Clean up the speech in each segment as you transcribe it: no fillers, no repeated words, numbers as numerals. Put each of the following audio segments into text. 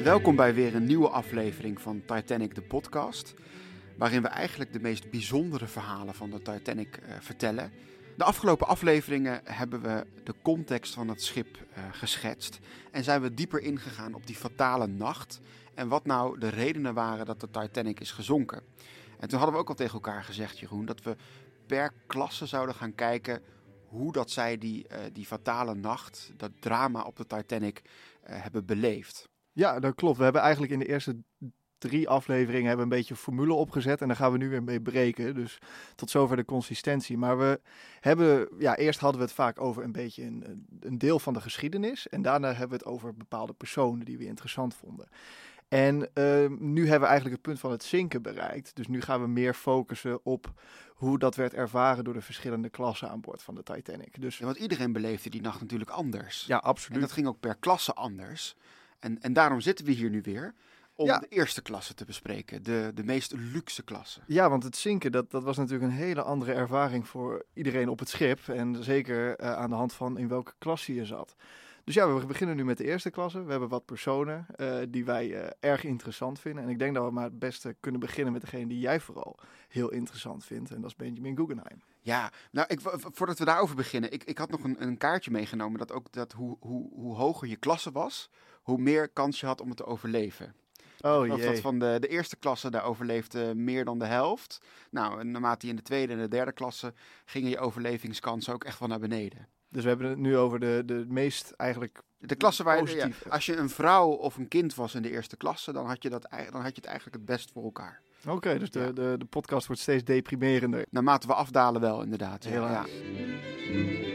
Welkom bij weer een nieuwe aflevering van Titanic de podcast, waarin we eigenlijk de meest bijzondere verhalen van de Titanic vertellen. De afgelopen afleveringen hebben we de context van het schip geschetst en zijn we dieper ingegaan op die fatale nacht en wat nou de redenen waren dat de Titanic is gezonken. En toen hadden we ook al tegen elkaar gezegd, Jeroen, dat we per klasse zouden gaan kijken hoe dat zij die fatale nacht, dat drama op de Titanic hebben beleefd. Ja, dat klopt. We hebben eigenlijk in de eerste 3 afleveringen hebben een beetje een formule opgezet. En daar gaan we nu weer mee breken. Dus tot zover de consistentie. Maar we hebben, eerst hadden we het vaak over een beetje een deel van de geschiedenis. En daarna hebben we het over bepaalde personen die we interessant vonden. En nu hebben we eigenlijk het punt van het zinken bereikt. Dus nu gaan we meer focussen op hoe dat werd ervaren door de verschillende klassen aan boord van de Titanic. Dus, Ja, want iedereen beleefde die nacht natuurlijk anders. Ja, absoluut. En dat ging ook per klasse anders. En daarom zitten we hier nu weer om de eerste klasse te bespreken. De meest luxe klasse. Ja, want het zinken, dat was natuurlijk een hele andere ervaring voor iedereen op het schip. En zeker aan de hand van in welke klasse je zat. Dus ja, we beginnen nu met de eerste klasse. We hebben wat personen die wij erg interessant vinden. En ik denk dat we maar het beste kunnen beginnen met degene die jij vooral heel interessant vindt. En dat is Benjamin Guggenheim. Ja, nou, voordat we daarover beginnen. Ik had nog een kaartje meegenomen dat hoe hoger je klasse was, hoe meer kans je had om het te overleven. Oh jee. Dat van de eerste klasse, daar overleefde meer dan de helft. Nou, en naarmate je in de tweede en de derde klasse gingen je overlevingskansen ook echt wel naar beneden. Dus we hebben het nu over de meest eigenlijk de klasse waar positieve. Als je een vrouw of een kind was in de eerste klasse, dan had je het eigenlijk het best voor elkaar. Oké, dus de podcast wordt steeds deprimerender. Naarmate we afdalen wel, inderdaad. Helaas. Ja.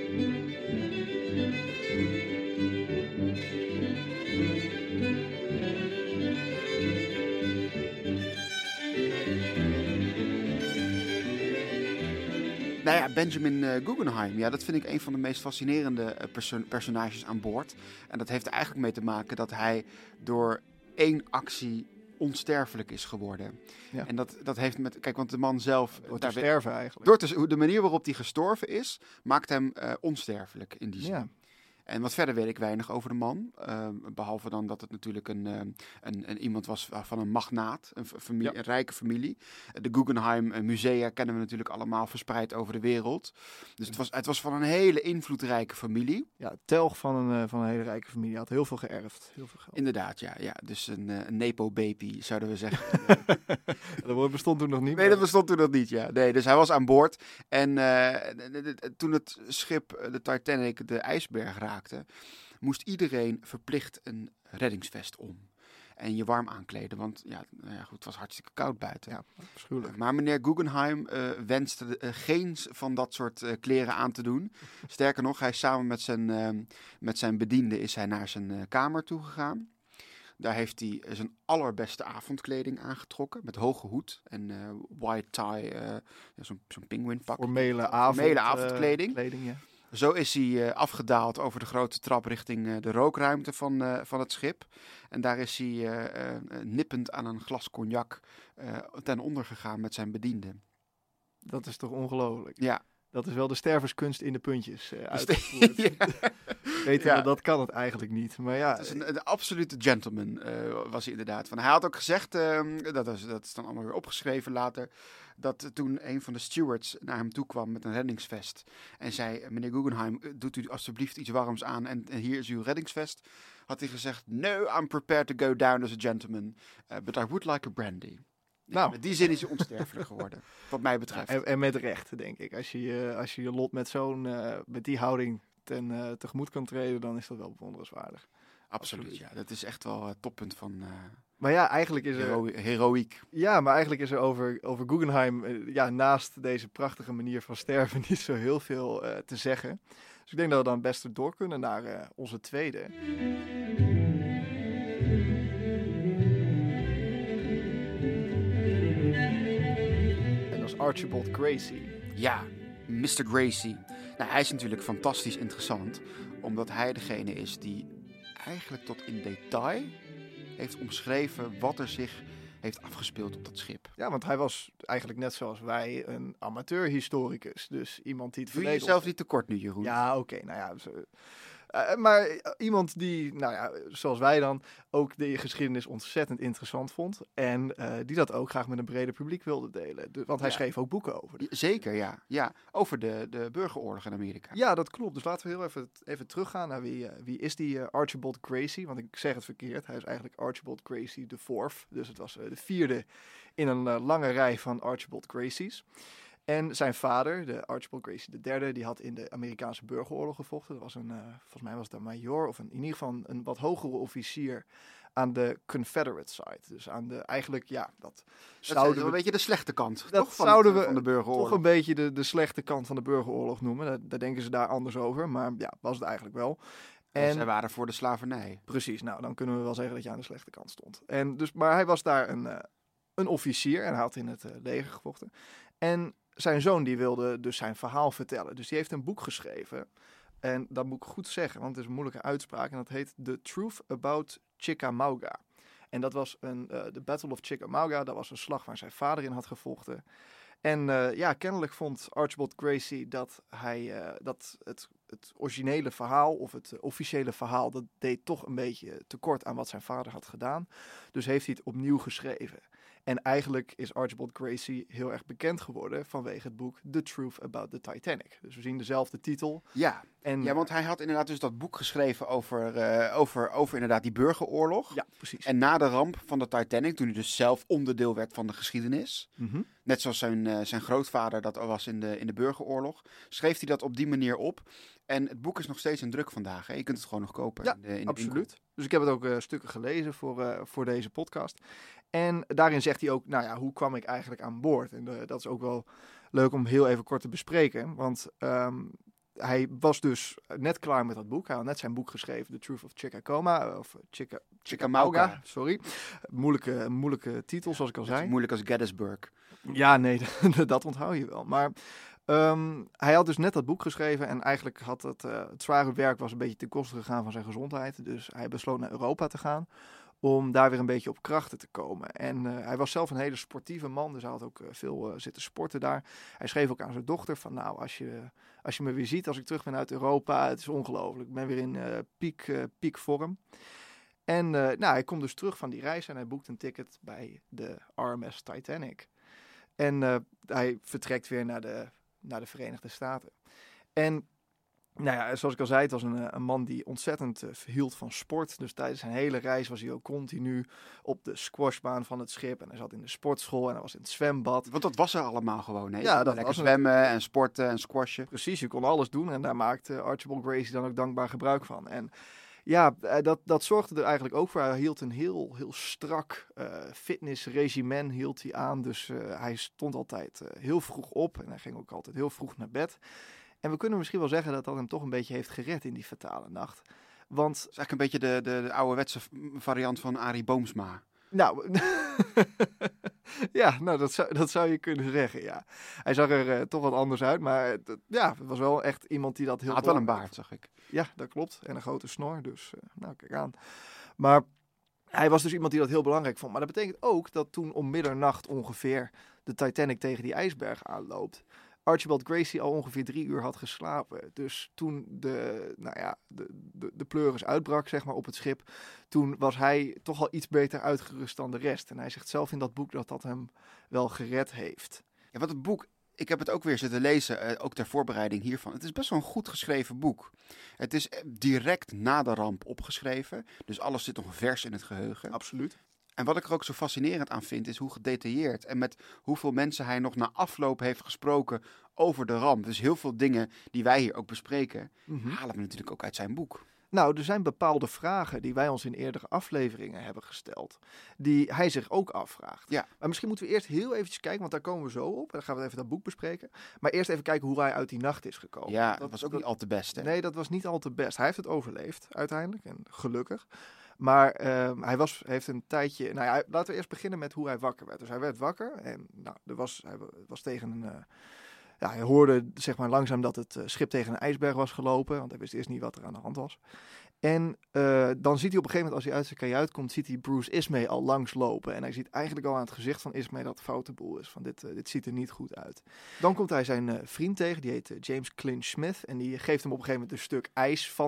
Nou ja, Benjamin Guggenheim, dat vind ik een van de meest fascinerende personages aan boord. En dat heeft er eigenlijk mee te maken dat hij door 1 actie onsterfelijk is geworden. Ja. En dat heeft met... Kijk, want de man zelf... Door te sterven eigenlijk. De manier waarop hij gestorven is, maakt hem onsterfelijk in die zin. Ja. En wat verder weet ik weinig over de man. Behalve dan dat het natuurlijk iemand was van een magnaat. Een rijke familie. De Guggenheim musea kennen we natuurlijk allemaal verspreid over de wereld. Dus het was van een hele invloedrijke familie. Ja, telg van een hele rijke familie. Hij had heel veel geërfd. Heel veel geld. Inderdaad, ja. Dus een nepo-baby, zouden we zeggen. Dat woord bestond toen nog niet. Nee, dat bestond toen nog niet, ja. Nee, dus hij was aan boord. En toen het schip, de Titanic, de ijsberg raakte, moest iedereen verplicht een reddingsvest om. En je warm aankleden, want het was hartstikke koud buiten. Ja, afschuwelijk. Maar meneer Guggenheim wenste geen van dat soort kleren aan te doen. Sterker nog, hij is samen met zijn bediende is hij naar zijn kamer toegegaan. Daar heeft hij zijn allerbeste avondkleding aangetrokken. Met hoge hoed en white tie, zo'n pinguïnpak. Formele avondkleding. Ja. Zo is hij afgedaald over de grote trap richting de rookruimte van het schip. En daar is hij nippend aan een glas cognac ten onder gegaan met zijn bediende. Dat is toch ongelooflijk? Ja. Dat is wel de sterverskunst in de puntjes uitgevoerd. Weten we, dat kan het eigenlijk niet. Maar ja, het is een absolute gentleman was hij inderdaad. Hij had ook gezegd, dat is dan allemaal weer opgeschreven later, dat toen een van de stewards naar hem toe kwam met een reddingsvest en zei, meneer Guggenheim, doet u alsjeblieft iets warms aan en hier is uw reddingsvest, had hij gezegd, no, I'm prepared to go down as a gentleman, but I would like a brandy. Nou, met die zin is hij onsterfelijk geworden, wat mij betreft. En met recht, denk ik. Als je je lot met die houding tegemoet kan treden, dan is dat wel bewonderenswaardig. Absoluut, ja. Dat is echt wel het toppunt van maar ja, eigenlijk is heroïek. Ja, maar eigenlijk is er over Guggenheim, naast deze prachtige manier van sterven, niet zo heel veel te zeggen. Dus ik denk dat we dan het beste door kunnen naar onze tweede. En dat is Archibald Gracie. Ja, Mr. Gracie. Nou, hij is natuurlijk fantastisch interessant, omdat hij degene is die eigenlijk tot in detail heeft omschreven wat er zich heeft afgespeeld op dat schip. Ja, want hij was eigenlijk net zoals wij een amateurhistoricus. Dus iemand die het verleden... Doe je jezelf niet tekort nu, Jeroen? Ja, oké. Nou ja, Maar iemand die, nou ja, zoals wij dan, ook de geschiedenis ontzettend interessant vond. En die dat ook graag met een breder publiek wilde delen. Want hij schreef ook boeken over. Zeker, ja. Ja, over de burgeroorlog in Amerika. Ja, dat klopt. Dus laten we heel even teruggaan naar wie is die Archibald Gracie. Want ik zeg het verkeerd. Hij is eigenlijk Archibald Gracie IV. Dus het was de vierde in een lange rij van Archibald Gracies. En zijn vader, de Archibald Gracie III, die had in de Amerikaanse burgeroorlog gevochten. Dat was volgens mij was het een majoor of in ieder geval een wat hogere officier aan de Confederate side. Dus aan de, eigenlijk, ja, dat zouden we een beetje de slechte kant, dat toch? Zouden we van de burgeroorlog. toch een beetje de slechte kant van de burgeroorlog noemen. Daar denken ze daar anders over, maar ja, was het eigenlijk wel. En zij waren voor de slavernij. Precies, nou dan kunnen we wel zeggen dat je aan de slechte kant stond. En dus, maar hij was daar een officier en hij had in het leger gevochten. En zijn zoon die wilde dus zijn verhaal vertellen. Dus die heeft een boek geschreven. En dat moet ik goed zeggen, want het is een moeilijke uitspraak. En dat heet The Truth About Chickamauga. En dat was de Battle of Chickamauga. Dat was een slag waar zijn vader in had gevochten. En ja, kennelijk vond Archibald Gracie dat hij het originele verhaal of het officiële verhaal, dat deed toch een beetje tekort aan wat zijn vader had gedaan. Dus heeft hij het opnieuw geschreven. En eigenlijk is Archibald Gracie heel erg bekend geworden vanwege het boek The Truth About the Titanic. Dus we zien dezelfde titel. Ja, en, want hij had inderdaad dus dat boek geschreven over inderdaad die burgeroorlog. Ja, precies. En na de ramp van de Titanic, toen hij dus zelf onderdeel werd van de geschiedenis, net zoals zijn grootvader dat was in de burgeroorlog, schreef hij dat op die manier op. En het boek is nog steeds in druk vandaag. Hè? Je kunt het gewoon nog kopen. Ja, in de absoluut. winkel. Dus ik heb het ook stukken gelezen voor deze podcast. En daarin zegt hij ook, nou ja, hoe kwam ik eigenlijk aan boord? En dat is ook wel leuk om heel even kort te bespreken. Want hij was dus net klaar met dat boek. Hij had net zijn boek geschreven, The Truth of Chickamauga. Sorry. Moeilijke titel, zoals ik al zei. Moeilijk als Gettysburg. Ja, nee, dat onthoud je wel. Maar hij had dus net dat boek geschreven en eigenlijk had het zware werk was een beetje ten koste gegaan van zijn gezondheid. Dus hij besloot naar Europa te gaan om daar weer een beetje op krachten te komen. En hij was zelf een hele sportieve man, dus hij had ook veel zitten sporten daar. Hij schreef ook aan zijn dochter van, nou, als je me weer ziet als ik terug ben uit Europa, het is ongelooflijk. Ik ben weer in piekvorm. En nou, hij komt dus terug van die reis en hij boekt een ticket bij de RMS Titanic. En hij vertrekt weer naar de Verenigde Staten. En nou ja, zoals ik al zei, het was een man die ontzettend hield van sport. Dus tijdens zijn hele reis was hij ook continu op de squashbaan van het schip. En hij zat in de sportschool en hij was in het zwembad. Want dat was er allemaal gewoon, hè? Ja, dat lekker was zwemmen en sporten en squashen. Precies, je kon alles doen en daar maakte Archibald Gracie dan ook dankbaar gebruik van. En ja, dat zorgde er eigenlijk ook voor. Hij hield een heel strak fitnessregimen hield hij aan. Dus hij stond altijd heel vroeg op en hij ging ook altijd heel vroeg naar bed. En we kunnen misschien wel zeggen dat hem toch een beetje heeft gered in die fatale nacht. Want het is eigenlijk een beetje de ouderwetse variant van Arie Boomsma. Nou, ja, nou dat zou je kunnen zeggen, ja. Hij zag er toch wat anders uit, maar het was wel echt iemand die dat heel... Hij had wel een baard, zag ik. Ja, dat klopt. En een grote snor, dus nou, kijk aan. Maar hij was dus iemand die dat heel belangrijk vond. Maar dat betekent ook dat toen om middernacht ongeveer de Titanic tegen die ijsberg aanloopt, Archibald Gracie al ongeveer 3 uur had geslapen. Dus toen de pleuris uitbrak, zeg maar, op het schip, toen was hij toch al iets beter uitgerust dan de rest. En hij zegt zelf in dat boek dat hem wel gered heeft. Ja, want het boek, ik heb het ook weer zitten lezen, ook ter voorbereiding hiervan. Het is best wel een goed geschreven boek. Het is direct na de ramp opgeschreven. Dus alles zit nog vers in het geheugen. Absoluut. En wat ik er ook zo fascinerend aan vind, is hoe gedetailleerd en met hoeveel mensen hij nog na afloop heeft gesproken over de ramp. Dus heel veel dingen die wij hier ook bespreken, halen we natuurlijk ook uit zijn boek. Nou, er zijn bepaalde vragen die wij ons in eerdere afleveringen hebben gesteld, die hij zich ook afvraagt. Ja. Maar misschien moeten we eerst heel eventjes kijken, want daar komen we zo op. En dan gaan we even dat boek bespreken. Maar eerst even kijken hoe hij uit die nacht is gekomen. Ja, dat was ook niet al te best, hè? Nee, dat was niet al te best. Hij heeft het overleefd uiteindelijk, en gelukkig. Maar hij heeft een tijdje... Nou ja, laten we eerst beginnen met hoe hij wakker werd. Dus hij werd wakker en nou, hij was tegen een... hij hoorde zeg maar langzaam dat het schip tegen een ijsberg was gelopen. Want hij wist eerst niet wat er aan de hand was. En dan ziet hij op een gegeven moment, als hij uit zijn kajuit komt, ziet hij Bruce Ismay al langslopen. En hij ziet eigenlijk al aan het gezicht van Ismay dat het foute boel is. Van dit ziet er niet goed uit. Dan komt hij zijn vriend tegen, die heet James Clinch Smith. En die geeft hem op een gegeven moment een stuk ijs van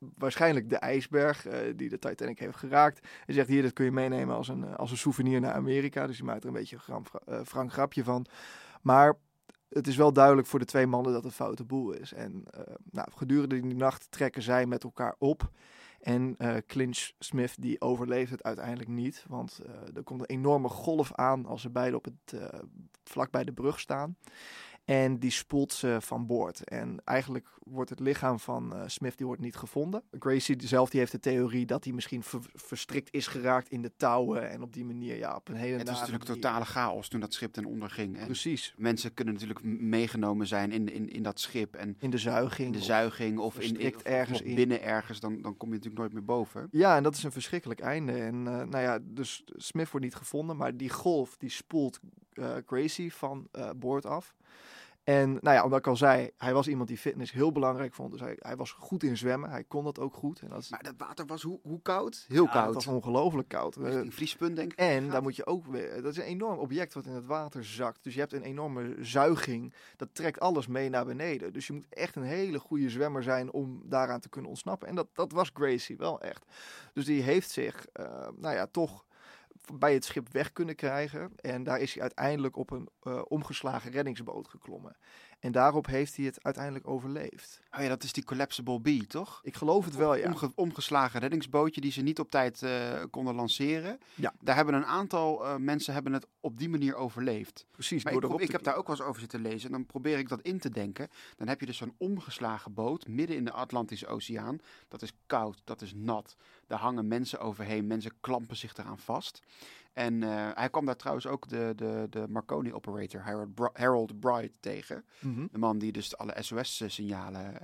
waarschijnlijk de ijsberg die de Titanic heeft geraakt. Hij zegt hier, dat kun je meenemen als een souvenir naar Amerika. Dus hij maakt er een beetje een frank grapje van. Maar het is wel duidelijk voor de twee mannen dat het foute boel is. En gedurende die nacht trekken zij met elkaar op. En Clinch Smith die overleeft het uiteindelijk niet. Want er komt een enorme golf aan als ze beiden op het vlak bij de brug staan. En die spoelt ze van boord. En eigenlijk wordt het lichaam van Smith die wordt niet gevonden. Gracie zelf die heeft de theorie dat hij misschien verstrikt is geraakt in de touwen. En op die manier op een hele Het is natuurlijk totale chaos toen dat schip ten onder ging. En precies. Mensen kunnen natuurlijk meegenomen zijn in dat schip. En in de zuiging. Of ergens of binnen ergens. Dan kom je natuurlijk nooit meer boven. Ja, en dat is een verschrikkelijk einde. En dus Smith wordt niet gevonden. Maar die golf die spoelt Gracie van boord af. En omdat ik al zei, hij was iemand die fitness heel belangrijk vond. Dus hij was goed in zwemmen. Hij kon dat ook goed. En maar dat water was hoe koud? Heel koud. Het was ongelooflijk koud. Richting vriespunt denk ik. En daar moet je ook weer... Dat is een enorm object wat in het water zakt. Dus je hebt een enorme zuiging. Dat trekt alles mee naar beneden. Dus je moet echt een hele goede zwemmer zijn om daaraan te kunnen ontsnappen. En dat was Gracie wel echt. Dus die heeft zich, toch bij het schip weg kunnen krijgen. En daar is hij uiteindelijk op een omgeslagen reddingsboot geklommen. En daarop heeft hij het uiteindelijk overleefd. Oh ja, dat is die Collapsible B, toch? Ik geloof het wel, ja. Omgeslagen reddingsbootje die ze niet op tijd konden lanceren. Ja. Daar hebben een aantal mensen het op die manier overleefd. Precies. Maar ik heb daar ook wel eens over zitten lezen. En dan probeer ik dat in te denken. Dan heb je dus zo'n omgeslagen boot midden in de Atlantische Oceaan. Dat is koud, dat is nat. Daar hangen mensen overheen. Mensen klampen zich eraan vast. En hij kwam daar trouwens ook de Marconi-operator Harold Bright tegen. Mm-hmm. De man die dus alle SOS-signalen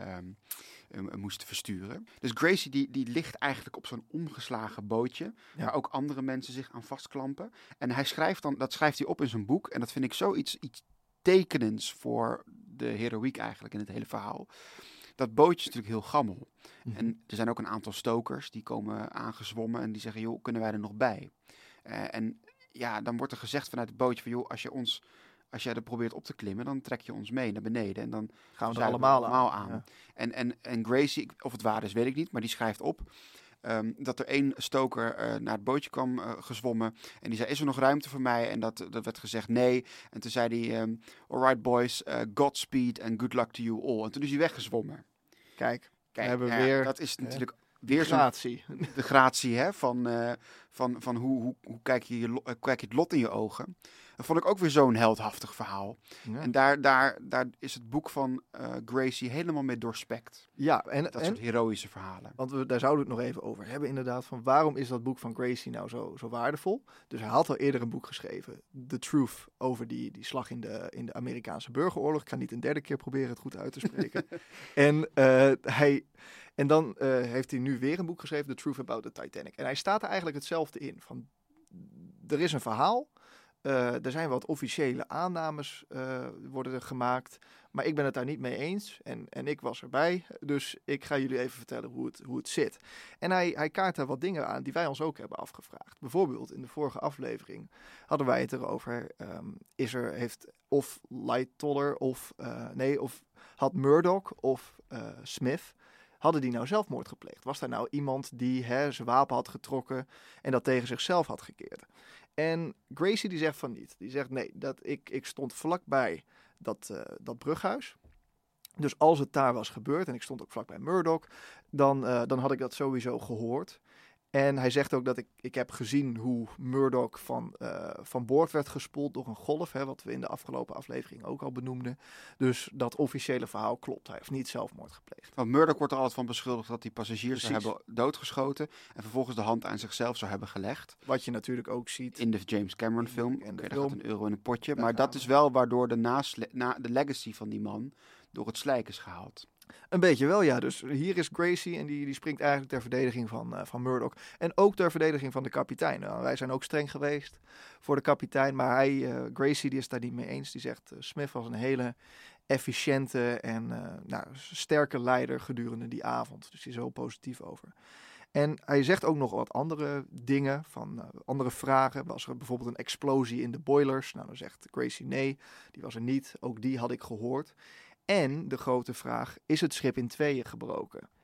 moest versturen. Dus Gracie die ligt eigenlijk op zo'n omgeslagen bootje. Ja. Waar ook andere mensen zich aan vastklampen. En hij dat schrijft hij op in zijn boek. En dat vind ik zoiets iets tekenends voor de heroïek eigenlijk in het hele verhaal. Dat bootje is natuurlijk heel gammel. Mm-hmm. En er zijn ook een aantal stokers die komen aangezwommen en die zeggen, joh, kunnen wij er nog bij? Dan wordt er gezegd vanuit het bootje van, joh, als jij er probeert op te klimmen, dan trek je ons mee naar beneden. En dan gaan we er allemaal aan. Ja. En Gracie, of het waar is, weet ik niet, maar die schrijft op dat er één stoker naar het bootje kwam gezwommen. En die zei, is er nog ruimte voor mij? En dat werd gezegd nee. En toen zei hij, alright boys, Godspeed and good luck to you all. En toen is hij weggezwommen. Kijk, we hebben weer... Dat is natuurlijk weer gratie. De gratie van hoe kijk je het lot in je ogen. Dat vond ik ook weer zo'n heldhaftig verhaal. Ja. En daar is het boek van Gracie helemaal mee doorspekt. Ja, dat soort heroïsche verhalen. Want daar zouden we het nog even over hebben inderdaad. Van waarom is dat boek van Gracie nou zo waardevol? Dus hij had al eerder een boek geschreven. The Truth, over die slag in de Amerikaanse burgeroorlog. Ik ga niet een derde keer proberen het goed uit te spreken. En dan heeft hij nu weer een boek geschreven, The Truth About the Titanic. En hij staat er eigenlijk hetzelfde in. Van, er is een verhaal. Er zijn wat officiële aannames worden er gemaakt. Maar ik ben het daar niet mee eens. En ik was erbij. Dus ik ga jullie even vertellen hoe het zit. En hij kaart daar wat dingen aan die wij ons ook hebben afgevraagd. Bijvoorbeeld in de vorige aflevering hadden wij het erover. Heeft of Lightoller of had Murdoch of Smith... Hadden die nou zelfmoord gepleegd? Was daar nou iemand die zijn wapen had getrokken en dat tegen zichzelf had gekeerd? En Gracie die zegt van niet. Die zegt nee, ik stond vlakbij dat brughuis. Dus als het daar was gebeurd en ik stond ook vlakbij Murdoch, dan had ik dat sowieso gehoord. En hij zegt ook dat ik heb gezien hoe Murdoch van boord werd gespoeld door een golf. Wat we in de afgelopen aflevering ook al benoemden. Dus dat officiële verhaal klopt. Hij heeft niet zelfmoord gepleegd. Want Murdoch wordt er altijd van beschuldigd dat hij passagiers zou hebben doodgeschoten. En vervolgens de hand aan zichzelf zou hebben gelegd. Wat je natuurlijk ook ziet. In de James Cameron film. En daar gaat €1 in een potje. Maar dat is wel waardoor de legacy van die man door het slijk is gehaald. Een beetje wel, ja. Dus hier is Gracie en die springt eigenlijk ter verdediging van Murdoch. En ook ter verdediging van de kapitein. Nou, wij zijn ook streng geweest voor de kapitein. Maar Gracie die is daar niet mee eens. Die zegt, Smith was een hele efficiënte en sterke leider gedurende die avond. Dus die is er heel positief over. En hij zegt ook nog wat andere dingen, andere vragen. Was er bijvoorbeeld een explosie in de boilers? Nou, dan zegt Gracie nee, die was er niet. Ook die had ik gehoord. En de grote vraag, is het schip in tweeën gebroken?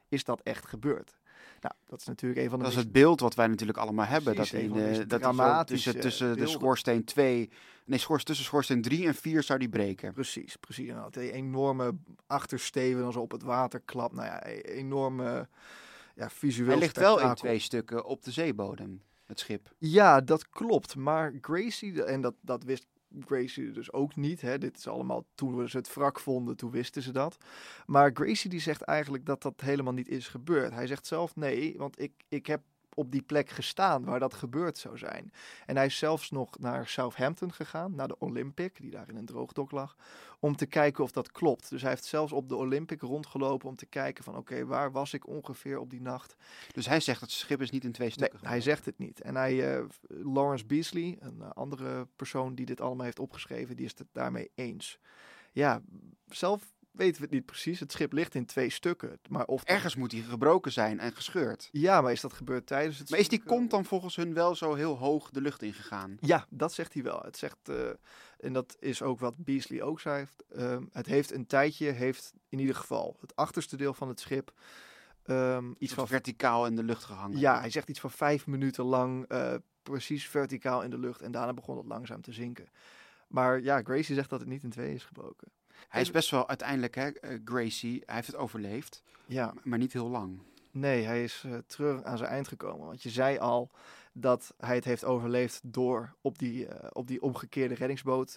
is dat echt gebeurd? Nou, dat is natuurlijk een van de Dat is het beeld wat wij natuurlijk allemaal hebben. Precies, Dat een van de meest dat dramatische tussen de beelden. schoorsteen 2... Nee, tussen schoorsteen 3 en 4 zou die breken. Precies. En dan die enorme achtersteven als op het water klapt. Nou ja, enorme visueel Hij ligt spektakel. wel in 2 stukken op de zeebodem, het schip. Ja, dat klopt. Maar Gracie, en dat wist Gracie dus ook niet. Hè. Dit is allemaal, toen ze het wrak vonden, toen wisten ze dat. Maar Gracie die zegt eigenlijk dat dat helemaal niet is gebeurd. Hij zegt zelf nee, want ik heb op die plek gestaan waar dat gebeurd zou zijn. En hij is zelfs nog naar Southampton gegaan, naar de Olympic, die daar in een droogdok lag, om te kijken of dat klopt. Dus hij heeft zelfs op de Olympic rondgelopen om te kijken van oké, waar was ik ongeveer op die nacht? Dus hij zegt dat het schip is niet in 2 stukken Nee, hij zegt het niet. En Lawrence Beasley, een andere persoon die dit allemaal heeft opgeschreven, die is het daarmee eens. Ja, zelf weten we het niet precies. Het schip ligt in 2 stukken. Maar of Ergens moet hij gebroken zijn en gescheurd. Ja, maar is dat gebeurd tijdens het Maar is die stuk, kont dan volgens hun wel zo heel hoog de lucht ingegaan? Ja, dat zegt hij wel. Het zegt, en dat is ook wat Beasley ook zei. Het heeft een tijdje, in ieder geval het achterste deel van het schip iets van verticaal in de lucht gehangen. Ja, hij zegt iets van 5 minuten lang precies verticaal in de lucht. En daarna begon het langzaam te zinken. Maar ja, Gracie zegt dat het niet in 2 is gebroken. Hij is best wel uiteindelijk, Gracie, hij heeft het overleefd. Ja. Maar niet heel lang. Nee, hij is terug aan zijn eind gekomen. Want je zei al dat hij het heeft overleefd door op die omgekeerde reddingsboot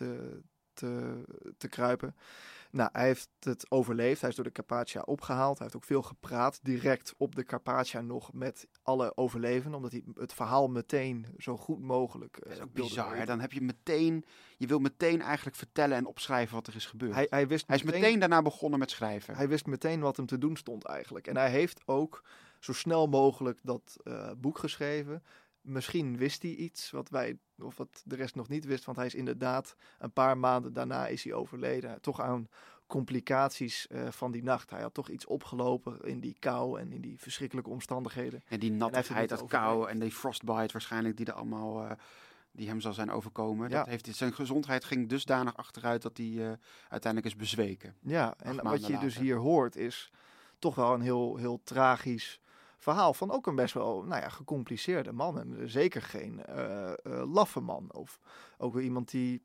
te kruipen. Nou, hij heeft het overleefd. Hij is door de Carpathia opgehaald. Hij heeft ook veel gepraat, direct op de Carpathia nog met alle overlevenden. Omdat hij het verhaal meteen zo goed mogelijk dat is ook bizar, hè? Dan heb je wil meteen eigenlijk vertellen en opschrijven wat er is gebeurd. Hij is meteen daarna begonnen met schrijven. Hij wist meteen wat hem te doen stond eigenlijk. En hij heeft ook zo snel mogelijk dat boek geschreven. Misschien wist hij iets wat de rest nog niet wist. Want hij is inderdaad een paar maanden daarna is hij overleden. Toch aan complicaties van die nacht. Hij had toch iets opgelopen in die kou en in die verschrikkelijke omstandigheden. En die nattigheid, dat kou en die frostbite waarschijnlijk die er allemaal... die hem zal zijn overkomen. Ja. Zijn gezondheid ging dusdanig achteruit dat hij uiteindelijk is bezweken. Ja, en wat je later. dus hier hoort is toch wel een heel, heel tragisch verhaal van ook een best wel gecompliceerde man. En zeker geen laffe man. Of ook weer iemand die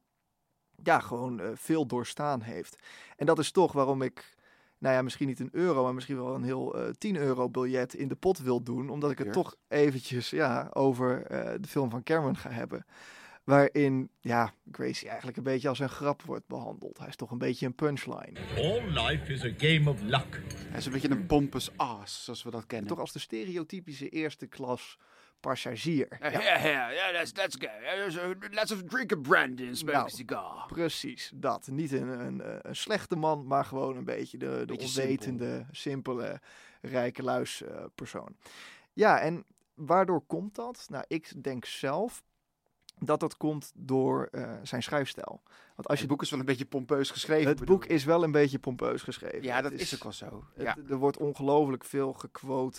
gewoon veel doorstaan heeft. En dat is toch waarom ik misschien niet €1, maar misschien wel een heel €10 biljet in de pot wil doen. Omdat ik het toch eventjes over de film van Cameron ga hebben. Waarin, Gracie eigenlijk een beetje als een grap wordt behandeld. Hij is toch een beetje een punchline. All life is a game of luck. Hij is een beetje een pompous ass, zoals we dat kennen. Toch als de stereotypische eerste klas passagier. Let's go. Let's drink a brandy and smoke a cigar. Precies, dat. Niet een slechte man, maar gewoon een beetje de onwetende, simpele, rijkeluis persoon. Ja, en waardoor komt dat? Nou, ik denk zelf dat komt door zijn schrijfstijl. Want als het boek is wel een beetje pompeus geschreven. Het boek is wel een beetje pompeus geschreven. Ja, dat is ook wel zo. Ja. Er wordt ongelooflijk veel gequote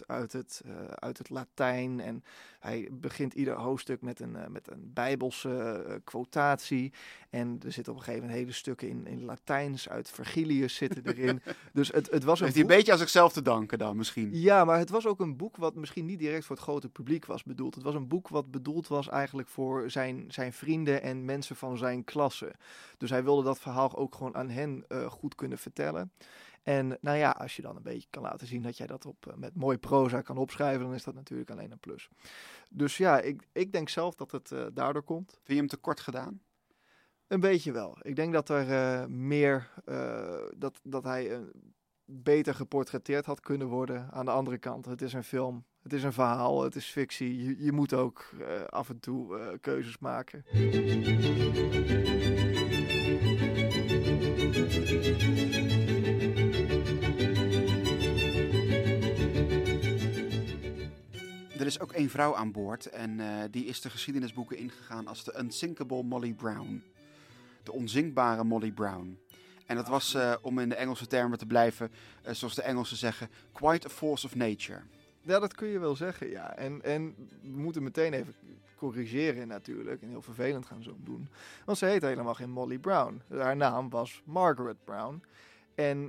uit het Latijn. En hij begint ieder hoofdstuk met een bijbelse quotatie. En er zitten op een gegeven moment hele stukken in Latijns uit Virgilius zitten erin. Dus het was heeft hij een beetje aan zichzelf te danken dan misschien? Ja, maar het was ook een boek wat misschien niet direct voor het grote publiek was bedoeld. Het was een boek wat bedoeld was eigenlijk voor zijn vrienden en mensen van zijn klasse. Dus hij wilde dat verhaal ook gewoon aan hen goed kunnen vertellen. En als je dan een beetje kan laten zien dat jij dat met mooi proza kan opschrijven, dan is dat natuurlijk alleen een plus. Dus ja, ik denk zelf dat het daardoor komt. Vind je hem te kort gedaan? Een beetje wel. Ik denk dat er meer, dat hij beter geportretteerd had kunnen worden. Aan de andere kant, het is een film, het is een verhaal, het is fictie. Je moet ook af en toe keuzes maken. Er is ook 1 vrouw aan boord en die is de geschiedenisboeken ingegaan als de Unsinkable Molly Brown. De onzinkbare Molly Brown. En dat was, om in de Engelse termen te blijven, zoals de Engelsen zeggen, quite a force of nature. Ja, dat kun je wel zeggen, ja. En we moeten meteen even corrigeren natuurlijk en heel vervelend gaan zo doen. Want ze heet helemaal geen Molly Brown. Haar naam was Margaret Brown. En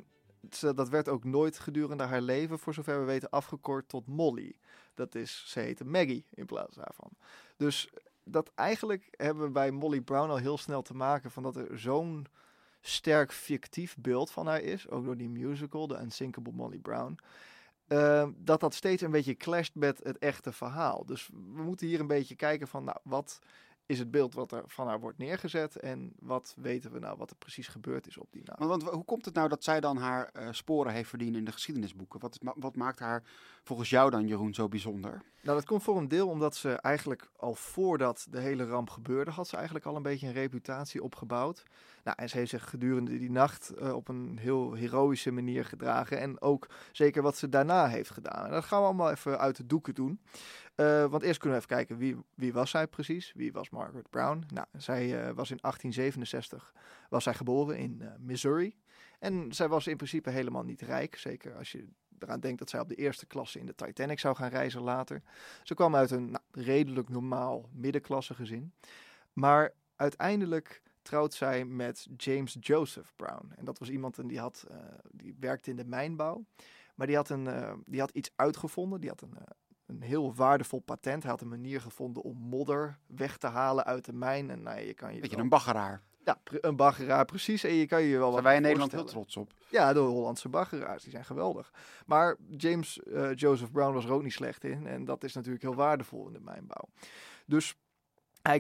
dat werd ook nooit gedurende haar leven, voor zover we weten, afgekort tot Molly. Ze heette Maggie in plaats daarvan. Dus dat eigenlijk hebben we bij Molly Brown al heel snel te maken van dat er zo'n sterk fictief beeld van haar is, ook door die musical, The Unsinkable Molly Brown, dat steeds een beetje clasht met het echte verhaal. Dus we moeten hier een beetje kijken van, nou, wat is het beeld wat er van haar wordt neergezet en wat weten we nou wat er precies gebeurd is op die naam. Want hoe komt het nou dat zij dan haar sporen heeft verdiend in de geschiedenisboeken? Wat maakt haar volgens jou dan, Jeroen, zo bijzonder? Nou, dat komt voor een deel omdat ze eigenlijk al voordat de hele ramp gebeurde, had ze eigenlijk al een beetje een reputatie opgebouwd. Nou, en ze heeft zich gedurende die nacht op een heel heroïsche manier gedragen. En ook zeker wat ze daarna heeft gedaan. En dat gaan we allemaal even uit de doeken doen. Want eerst kunnen we even kijken, wie was zij precies? Wie was Margaret Brown? Nou, zij was in 1867 was zij geboren in Missouri. En zij was in principe helemaal niet rijk. Zeker als je eraan denkt dat zij op de eerste klasse in de Titanic zou gaan reizen later. Ze kwam uit een redelijk normaal middenklasse gezin. Maar uiteindelijk trouwt zij met James Joseph Brown. En dat was iemand en die werkte in de mijnbouw. Maar die had iets uitgevonden. Die had een heel waardevol patent. Hij had een manier gevonden om modder weg te halen uit de mijn. En nou, Beetje een baggeraar. Ja, een baggeraar, precies. En je kan je wel wat wij in Nederland heel voorstellen. trots op. Ja, de Hollandse baggeraars, die zijn geweldig. Maar James Joseph Brown was er ook niet slecht in. En dat is natuurlijk heel waardevol in de mijnbouw. Dus hij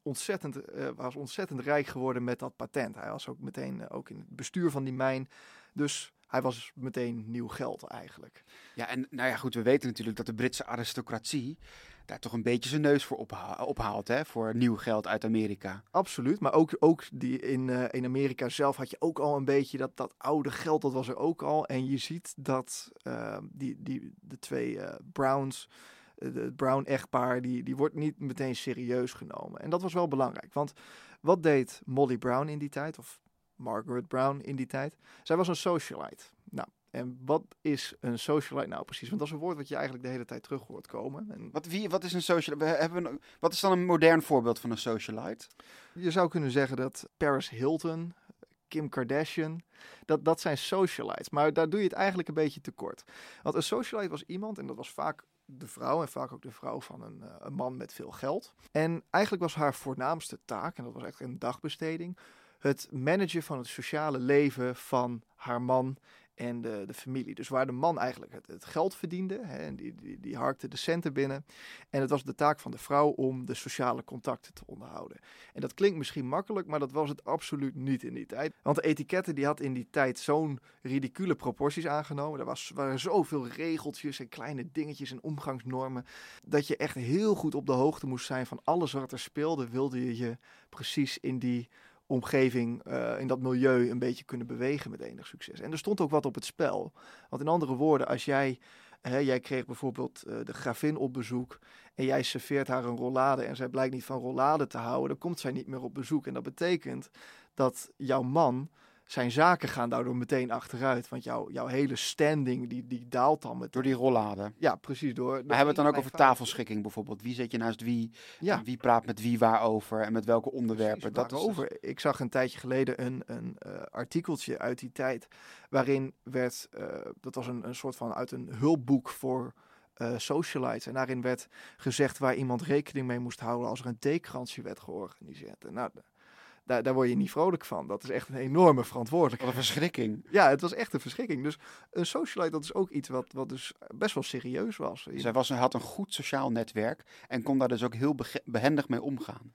was ontzettend rijk geworden met dat patent. Hij was ook meteen ook in het bestuur van die mijn. Dus hij was meteen nieuw geld eigenlijk. Ja, en nou ja, goed, we weten natuurlijk dat de Britse aristocratie daar toch een beetje zijn neus voor ophaalt, hè, voor nieuw geld uit Amerika. Absoluut, maar ook die in Amerika zelf had je ook al een beetje dat oude geld, dat was er ook al. En je ziet dat de twee Browns, het Brown-echtpaar, die wordt niet meteen serieus genomen. En dat was wel belangrijk, want wat deed Molly Brown in die tijd, of Margaret Brown in die tijd? Zij was een socialite. Nou, en wat is een socialite nou precies? Want dat is een woord wat je eigenlijk de hele tijd terug hoort komen. En Wat is een socialite? Wat is dan een modern voorbeeld van een socialite? je zou kunnen zeggen dat Paris Hilton, Kim Kardashian, dat zijn socialites. Maar daar doe je het eigenlijk een beetje tekort. Want een socialite was iemand, en dat was vaak de vrouw, en vaak ook de vrouw van een man met veel geld. En eigenlijk was haar voornaamste taak, en dat was echt een dagbesteding, het managen van het sociale leven van haar man en de familie. Dus waar de man eigenlijk het geld verdiende, hè, en die harkte de centen binnen. En het was de taak van de vrouw om de sociale contacten te onderhouden. En dat klinkt misschien makkelijk, maar dat was het absoluut niet in die tijd. Want de etiketten die had in die tijd zo'n ridicule proporties aangenomen. Waren zoveel regeltjes en kleine dingetjes en omgangsnormen, dat je echt heel goed op de hoogte moest zijn van alles wat er speelde, wilde je je precies in die omgeving, in dat milieu een beetje kunnen bewegen met enig succes. En er stond ook wat op het spel. Want in andere woorden, als jij kreeg bijvoorbeeld de gravin op bezoek en jij serveert haar een rollade en zij blijkt niet van rollade te houden, dan komt zij niet meer op bezoek. En dat betekent dat jouw man, zijn zaken gaan daardoor meteen achteruit. Want jouw hele standing, die daalt dan met... Door die rollade. Ja, precies. Maar hebben we het dan ook over tafelschikking bijvoorbeeld? Wie zit je naast wie? Ja. En wie praat met wie waarover? En met welke onderwerpen? Precies, waarover. Ik zag een tijdje geleden een artikeltje uit die tijd, waarin werd, dat was een soort van uit een hulpboek voor socialites. En daarin werd gezegd waar iemand rekening mee moest houden als er een theekransje werd georganiseerd. En nou, daar word je niet vrolijk van. Dat is echt een enorme verantwoordelijkheid. Wat een verschrikking. Ja, het was echt een verschrikking. Dus een socialite, dat is ook iets wat dus best wel serieus was. Zij had een goed sociaal netwerk en kon daar dus ook heel behendig mee omgaan.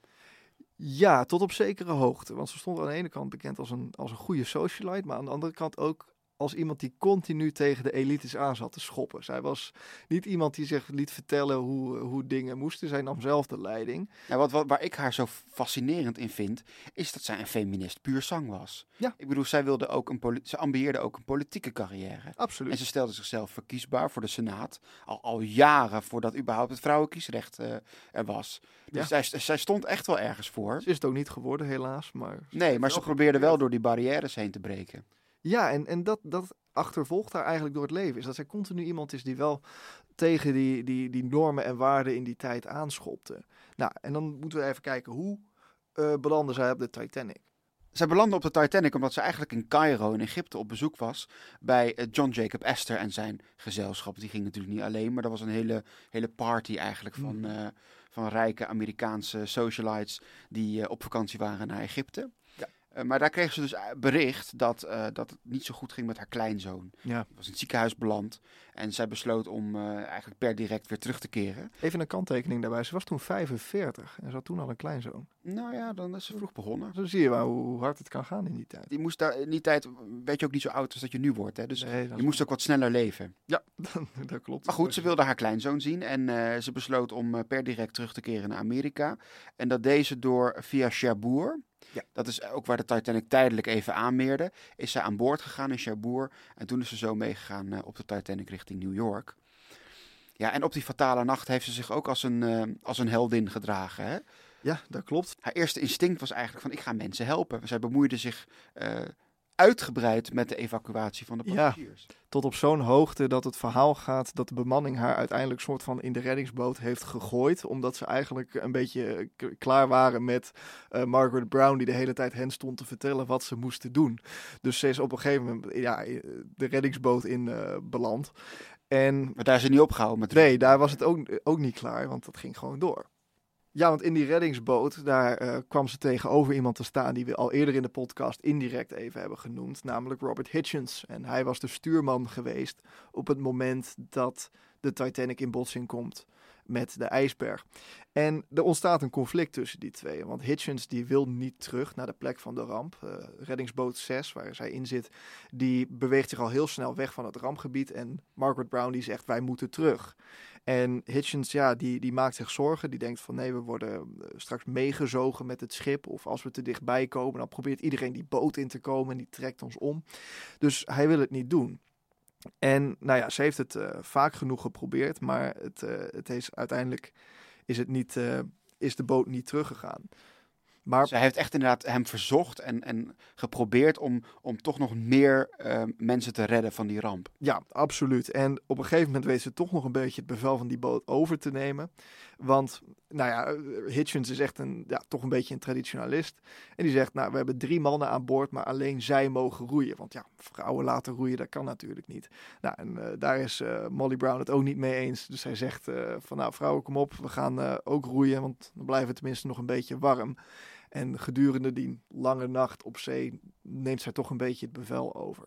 Ja, tot op zekere hoogte. Want ze stond aan de ene kant bekend als een goede socialite, maar aan de andere kant ook als iemand die continu tegen de elites aan zat te schoppen. Zij was niet iemand die zich liet vertellen hoe dingen moesten. Zij nam zelf de leiding. Ja, waar ik haar zo fascinerend in vind, is dat zij een feminist puur zang was. Ja. Ik bedoel, ze ambieerde ook een politieke carrière. Absoluut. En ze stelde zichzelf verkiesbaar voor de Senaat. Al jaren voordat überhaupt het vrouwenkiesrecht er was. Dus ja. zij stond echt wel ergens voor. Ze is het ook niet geworden, helaas. Maar ze probeerde wel door die barrières heen te breken. Ja, en dat achtervolgt haar eigenlijk door het leven. Is dat zij continu iemand is die wel tegen die normen en waarden in die tijd aanschopte. Nou, en dan moeten we even kijken hoe belandde zij op de Titanic. Zij belandde op de Titanic omdat ze eigenlijk in Cairo in Egypte op bezoek was bij John Jacob Astor en zijn gezelschap. Die ging natuurlijk niet alleen, maar dat was een hele party eigenlijk van rijke Amerikaanse socialites die op vakantie waren naar Egypte. Ja. Maar daar kreeg ze dus bericht dat het niet zo goed ging met haar kleinzoon. Ja. Hij was in het ziekenhuis beland en zij besloot om eigenlijk per direct weer terug te keren. Even een kanttekening daarbij. Ze was toen 45 en ze had toen al een kleinzoon. Nou ja, dan is ze vroeg begonnen. Zo zie je maar hoe hard het kan gaan in die tijd. Die moest daar in die tijd, weet je ook niet zo oud als dat je nu wordt. Hè? Dus Nee, dat je moest ook wat sneller leven. Ja, dat klopt. Maar goed, ze wilde haar kleinzoon zien en ze besloot om per direct terug te keren naar Amerika. En dat deed ze door via Cherbourg. Ja. Dat is ook waar de Titanic tijdelijk even aanmeerde. Is zij aan boord gegaan in Cherbourg en toen is ze zo meegegaan op de Titanic richting New York. Ja, en op die fatale nacht heeft ze zich ook als een heldin gedragen. Hè? Ja, dat klopt. Haar eerste instinct was eigenlijk van ik ga mensen helpen. Zij bemoeide zich uitgebreid met de evacuatie van de passagiers. Tot op zo'n hoogte dat het verhaal gaat dat de bemanning haar uiteindelijk soort van in de reddingsboot heeft gegooid. Omdat ze eigenlijk een beetje klaar waren met Margaret Brown die de hele tijd hen stond te vertellen wat ze moesten doen. Dus ze is op een gegeven moment de reddingsboot in beland. Maar daar is ze niet opgehouden. Nee, daar was het ook niet klaar, want dat ging gewoon door. Ja, want in die reddingsboot, daar kwam ze tegenover iemand te staan die we al eerder in de podcast indirect even hebben genoemd, namelijk Robert Hitchens. En hij was de stuurman geweest op het moment dat de Titanic in botsing komt met de ijsberg. En er ontstaat een conflict tussen die twee, want Hitchens die wil niet terug naar de plek van de ramp. Reddingsboot 6, waar zij in zit, die beweegt zich al heel snel weg van het rampgebied en Margaret Brown die zegt wij moeten terug. En Hitchens, ja, die maakt zich zorgen. Die denkt van nee, we worden straks meegezogen met het schip. Of als we te dichtbij komen, dan probeert iedereen die boot in te komen en die trekt ons om. Dus hij wil het niet doen. En nou ja, ze heeft het vaak genoeg geprobeerd, maar het is uiteindelijk is de boot niet teruggegaan. Maar zij heeft echt inderdaad hem verzocht en geprobeerd om toch nog meer mensen te redden van die ramp. Ja, absoluut. En op een gegeven moment weet ze toch nog een beetje het bevel van die boot over te nemen. Want, nou ja, Hitchens is echt toch een beetje een traditionalist. En die zegt, nou, we hebben 3 mannen aan boord, maar alleen zij mogen roeien. Want ja, vrouwen laten roeien, dat kan natuurlijk niet. Nou, en daar is Molly Brown het ook niet mee eens. Dus hij zegt van, nou, vrouwen, kom op, we gaan ook roeien, want dan blijven we tenminste nog een beetje warm. En gedurende die lange nacht op zee neemt zij toch een beetje het bevel over.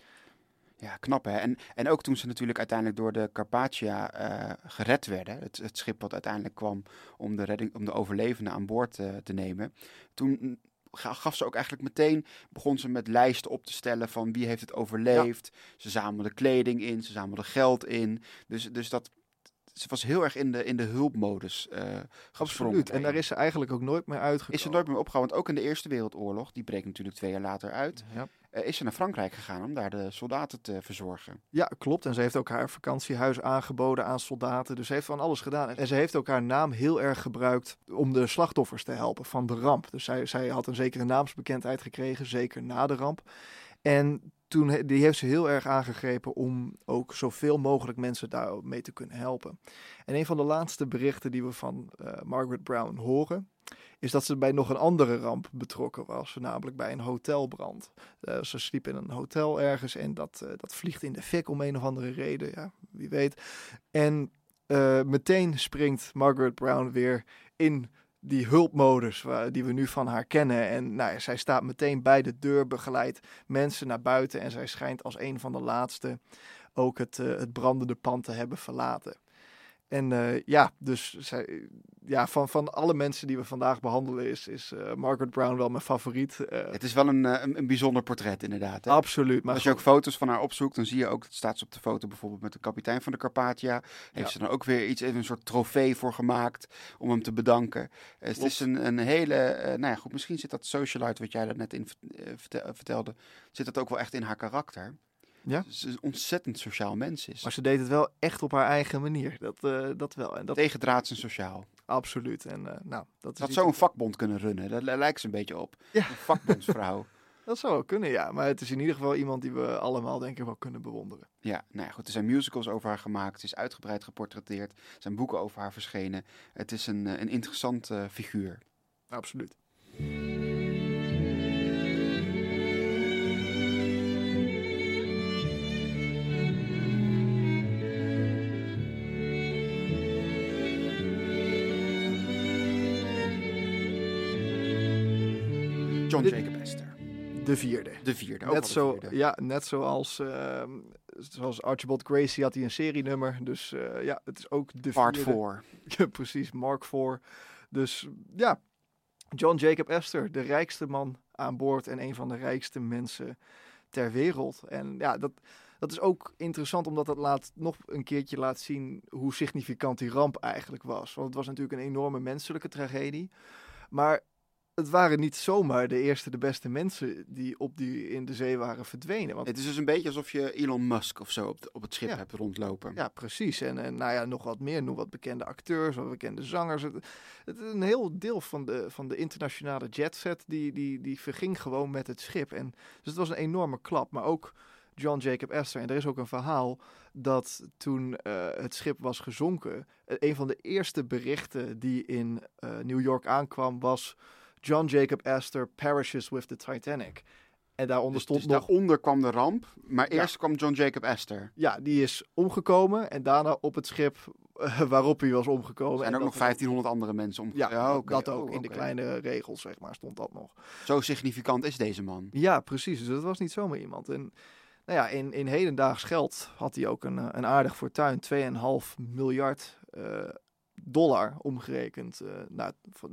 Ja, knap hè. En ook toen ze natuurlijk uiteindelijk door de Carpathia gered werden, het schip wat uiteindelijk kwam om de overlevenden aan boord te nemen, toen gaf ze ook eigenlijk meteen, begon ze met lijsten op te stellen van wie heeft het overleefd. Ja. Ze zamelde kleding in, ze zamelde geld in. Dus dat... Ze was heel erg in de hulpmodus Absoluut. En daar is ze eigenlijk ook nooit meer uitgekomen. Is ze nooit meer opgehouden. Want ook in de Eerste Wereldoorlog, die breekt natuurlijk 2 jaar later uit, is ze naar Frankrijk gegaan om daar de soldaten te verzorgen. Ja, klopt. En ze heeft ook haar vakantiehuis aangeboden aan soldaten. Dus ze heeft van alles gedaan. En ze heeft ook haar naam heel erg gebruikt om de slachtoffers te helpen van de ramp. Dus zij had een zekere naamsbekendheid gekregen, zeker na de ramp. En die heeft ze heel erg aangegrepen om ook zoveel mogelijk mensen daarmee te kunnen helpen. En een van de laatste berichten die we van Margaret Brown horen, is dat ze bij nog een andere ramp betrokken was, namelijk bij een hotelbrand. Ze sliep in een hotel ergens en dat vliegt in de fik om een of andere reden, ja, wie weet. En meteen springt Margaret Brown weer in die hulpmodus die we nu van haar kennen. En nou ja, zij staat meteen bij de deur, begeleidt mensen naar buiten en zij schijnt als een van de laatste ook het brandende pand te hebben verlaten. En dus van alle mensen die we vandaag behandelen is Margaret Brown wel mijn favoriet. Het is wel een bijzonder portret inderdaad. Hè? Absoluut. Maar als je ook foto's van haar opzoekt, dan zie je ook, dat staat ze op de foto bijvoorbeeld met de kapitein van de Carpathia. Heeft ze dan ook weer even een soort trofee voor gemaakt om hem te bedanken. Het is een hele, goed, misschien zit dat socialite wat jij daar net in vertelde, zit dat ook wel echt in haar karakter. Ja? Ze een ontzettend sociaal mens is. Maar ze deed het wel echt op haar eigen manier. Dat wel. En tegendraads en sociaal. Absoluut. En dat had zo een vakbond kunnen runnen. Daar lijkt ze een beetje op. Ja. Een vakbondsvrouw. Dat zou wel kunnen, ja. Maar het is in ieder geval iemand die we allemaal denk ik wel kunnen bewonderen. Ja, nou ja, goed. Er zijn musicals over haar gemaakt. Ze is uitgebreid geportretteerd. Er zijn boeken over haar verschenen. Het is een interessante figuur. Absoluut. John Jacob Astor. De vierde. De vierde, ook wel Net de zo, vierde. ja, net zoals Archibald Gracie had hij een serienummer. Dus ja, het is ook de Part vierde. 4. Ja, precies, Mark IV. Dus ja, John Jacob Astor, de rijkste man aan boord en een van de rijkste mensen ter wereld. En ja, dat is ook interessant omdat dat nog een keertje laat zien hoe significant die ramp eigenlijk was. Want het was natuurlijk een enorme menselijke tragedie. Maar het waren niet zomaar de eerste, de beste mensen die in de zee waren verdwenen. Want Het is dus een beetje alsof je Elon Musk of zo op het schip Ja. hebt rondlopen. ja, precies. En nou ja, nog wat meer. Nog wat bekende acteurs, wat bekende zangers. Het is een heel deel van de internationale jetset die verging gewoon met het schip. Dus het was een enorme klap. Maar ook John Jacob Astor. En er is ook een verhaal dat toen het schip was gezonken, een van de eerste berichten die in New York aankwam was: John Jacob Astor perishes with the Titanic. En daaronder stond Dus nog... daaronder kwam de ramp, maar Ja. eerst kwam John Jacob Astor. Ja, die is omgekomen en daarna op het schip waarop hij was omgekomen. Er zijn En ook nog dat- 1500 andere mensen omgekomen. Ja, oké. dat ook. Oh, In de oké. kleine regels, zeg maar, stond dat nog. Zo significant is deze man. Ja, precies. Dus dat was niet zomaar iemand. En nou ja, in hedendaags geld had hij ook een aardig fortuin. 2,5 miljard dollar omgerekend naar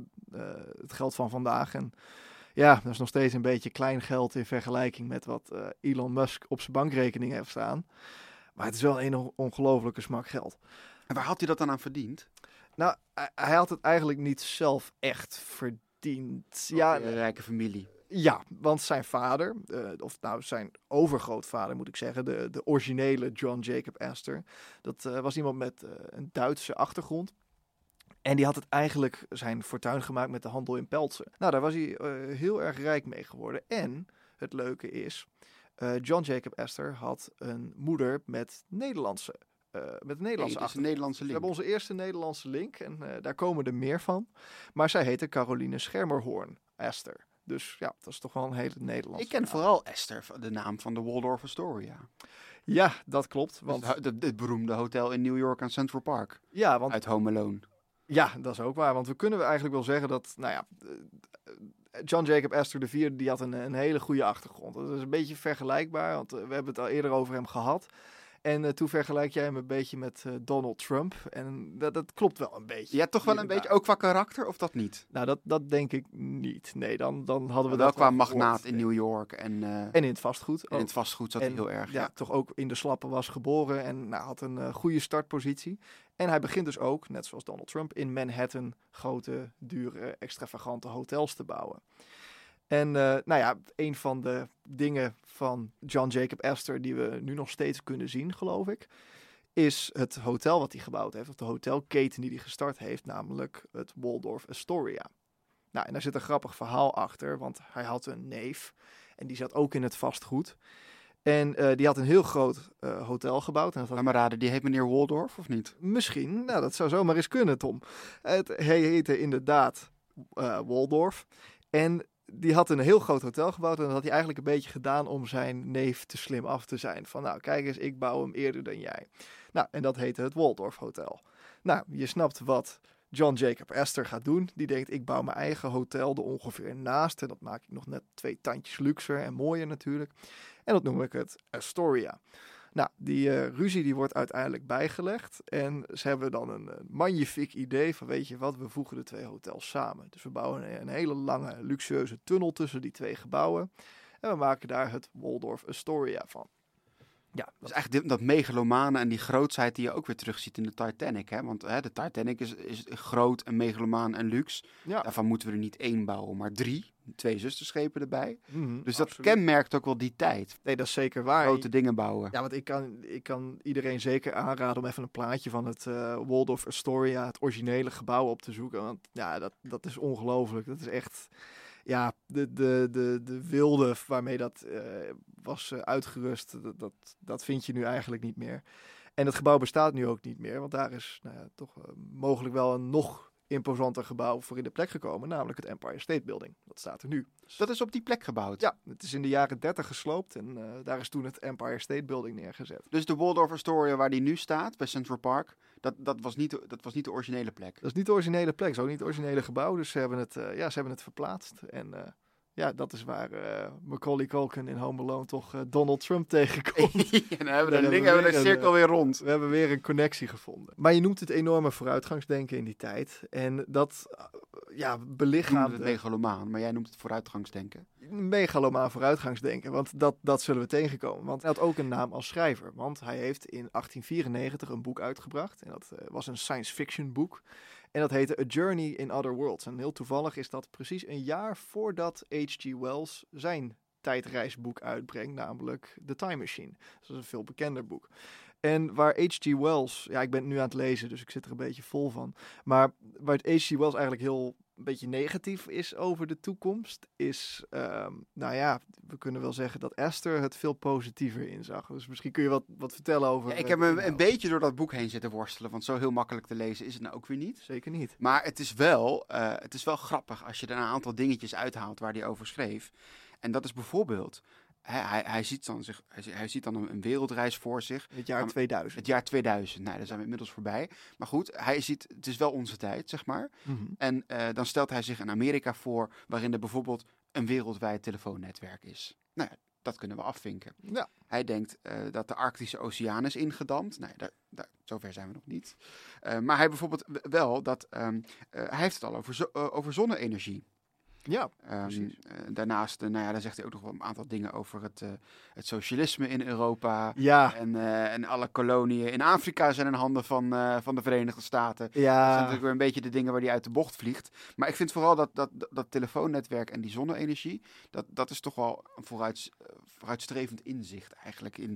het geld van vandaag. En ja, dat is nog steeds een beetje klein geld in vergelijking met wat Elon Musk op zijn bankrekening heeft staan. Maar het is wel een ongelofelijke smak geld. En waar had hij dat dan aan verdiend? Nou, hij had het eigenlijk niet zelf echt verdiend. Ja, Een rijke familie. ja, want zijn vader, of nou zijn overgrootvader moet ik zeggen, de originele John Jacob Astor, dat was iemand met een Duitse achtergrond. En die had het eigenlijk zijn fortuin gemaakt met de handel in peltsen. Nou, daar was hij heel erg rijk mee geworden. En het leuke is, John Jacob Astor had een moeder met een Nederlandse Nee, dat is een achtergrond. Nederlandse We link. hebben onze eerste Nederlandse link en daar komen er meer van. Maar zij heette Caroline Schermerhorn Astor. Dus ja, dat is toch wel een hele Nederlandse Ik ken naam. vooral Astor, de naam van de Waldorf Astoria. Ja, dat klopt. Want, Want het beroemde hotel in New York aan Central Park. ja, want Uit Home Alone. ja, dat is ook waar. Want we kunnen eigenlijk wel zeggen dat, nou ja, John Jacob Astor IV, die had een hele goede achtergrond. Dat is een beetje vergelijkbaar, want we hebben het al eerder over hem gehad. En toen vergelijk jij hem een beetje met Donald Trump. En dat klopt wel een beetje. Ja, toch wel Hier een en beetje, daar. ook qua karakter, of dat niet? Nou, dat denk ik niet. Nee, dan hadden we Wel dat qua wel gehoord. magnaat in New York en En in het vastgoed. in het vastgoed zat hij heel erg. Ja, toch ook in de slappen was geboren en nou, had een goede startpositie. En hij begint dus ook, net zoals Donald Trump, in Manhattan grote, dure, extravagante hotels te bouwen. En nou ja, een van de dingen van John Jacob Astor die we nu nog steeds kunnen zien, geloof ik, is het hotel wat hij gebouwd heeft, of de hotelketen die hij gestart heeft, namelijk het Waldorf Astoria. Nou, en daar zit een grappig verhaal achter, want hij had een neef en die zat ook in het vastgoed. En die had een heel groot hotel gebouwd. En dat had Laat maar raden, die heet meneer Waldorf, of niet? misschien, nou dat zou zomaar eens kunnen, Tom. Hij heette inderdaad Waldorf. En die had een heel groot hotel gebouwd. En dat had hij eigenlijk een beetje gedaan om zijn neef te slim af te zijn. Van nou, kijk eens, ik bouw hem eerder dan jij. Nou, en dat heette het Waldorf Hotel. Nou, je snapt wat John Jacob Astor gaat doen. Die denkt, ik bouw mijn eigen hotel er ongeveer naast. En dat maak ik nog net 2 tandjes luxer en mooier natuurlijk. En dat noem ik het Astoria. Nou, die ruzie die wordt uiteindelijk bijgelegd. En ze hebben dan een magnifiek idee van, weet je wat, we voegen de 2 hotels samen. Dus we bouwen een hele lange, luxueuze tunnel tussen die 2 gebouwen. En we maken daar het Waldorf Astoria van. Ja, Dat is eigenlijk dat megalomane en die grootsheid die je ook weer terugziet in de Titanic. Hè? Want de Titanic is groot en megalomaan en luxe. ja. Daarvan moeten we er niet 1 bouwen, maar 3. 2 zusterschepen erbij. Mhm, Dus dat absoluut. kenmerkt ook wel die tijd. Nee, dat is zeker waar. Grote dingen bouwen. Ja, want ik kan iedereen zeker aanraden om even een plaatje van het Waldorf Astoria, het originele gebouw, op te zoeken. Want ja, dat is ongelooflijk. Dat is echt, ja, de wilde waarmee dat was uitgerust, dat vind je nu eigenlijk niet meer. En het gebouw bestaat nu ook niet meer, want daar is nou ja, toch mogelijk wel een nog imposanter gebouw voor in de plek gekomen, namelijk het Empire State Building. Dat staat er nu. Dat is op die plek gebouwd. Ja, het is in de jaren 30 gesloopt en daar is toen het Empire State Building neergezet. Dus de Waldorf Astoria waar die nu staat, bij Central Park, dat was niet de originele plek. Dat is niet de originele plek, zo niet het originele gebouw, dus ze hebben het verplaatst. En Ja, dat is waar Macaulay Culkin in Home Alone toch Donald Trump tegenkomt. En dan hebben we de cirkel weer rond. We hebben weer een connectie gevonden. Maar je noemt het enorme vooruitgangsdenken in die tijd. En dat belichaamt... het megalomaan, maar jij noemt het vooruitgangsdenken. Megalomaan vooruitgangsdenken, want dat zullen we tegenkomen. Want hij had ook een naam als schrijver. Want hij heeft in 1894 een boek uitgebracht. En dat was een science fiction boek. En dat heette A Journey in Other Worlds. En heel toevallig is dat precies een jaar voordat H.G. Wells zijn tijdreisboek uitbrengt, namelijk The Time Machine. Dat is een veel bekender boek. En waar H.G. Wells, ik ben het nu aan het lezen, dus ik zit er een beetje vol van. Maar waar het H.G. Wells eigenlijk heel een beetje negatief is over de toekomst, is, we kunnen wel zeggen dat Esther het veel positiever inzag. Dus misschien kun je wat vertellen over... Ja, ik heb een beetje door dat boek heen zitten worstelen, want zo heel makkelijk te lezen is het nou ook weer niet. Zeker niet. Maar het is wel grappig als je er een aantal dingetjes uithaalt waar hij over schreef. En dat is bijvoorbeeld... Hij ziet dan een wereldreis voor zich. Het jaar 2000. Het jaar 2000. Nou, daar zijn we inmiddels voorbij. Maar goed, het is wel onze tijd, zeg maar. Mm-hmm. En dan stelt hij zich een Amerika voor waarin er bijvoorbeeld een wereldwijd telefoonnetwerk is. Nou ja, dat kunnen we afvinken. Ja. Hij denkt dat de Arctische Oceaan is ingedamd. Nou ja, zover zijn we nog niet. Maar hij bijvoorbeeld wel dat... hij heeft het al over zonne-energie. Ja, precies. Daarnaast, daar zegt hij ook nog wel een aantal dingen over het socialisme in Europa. Ja. En alle koloniën in Afrika zijn in handen van de Verenigde Staten. Ja. Dat zijn natuurlijk weer een beetje de dingen waar hij uit de bocht vliegt. Maar ik vind vooral dat telefoonnetwerk en die zonne-energie, dat is toch wel een vooruitstrevend inzicht eigenlijk in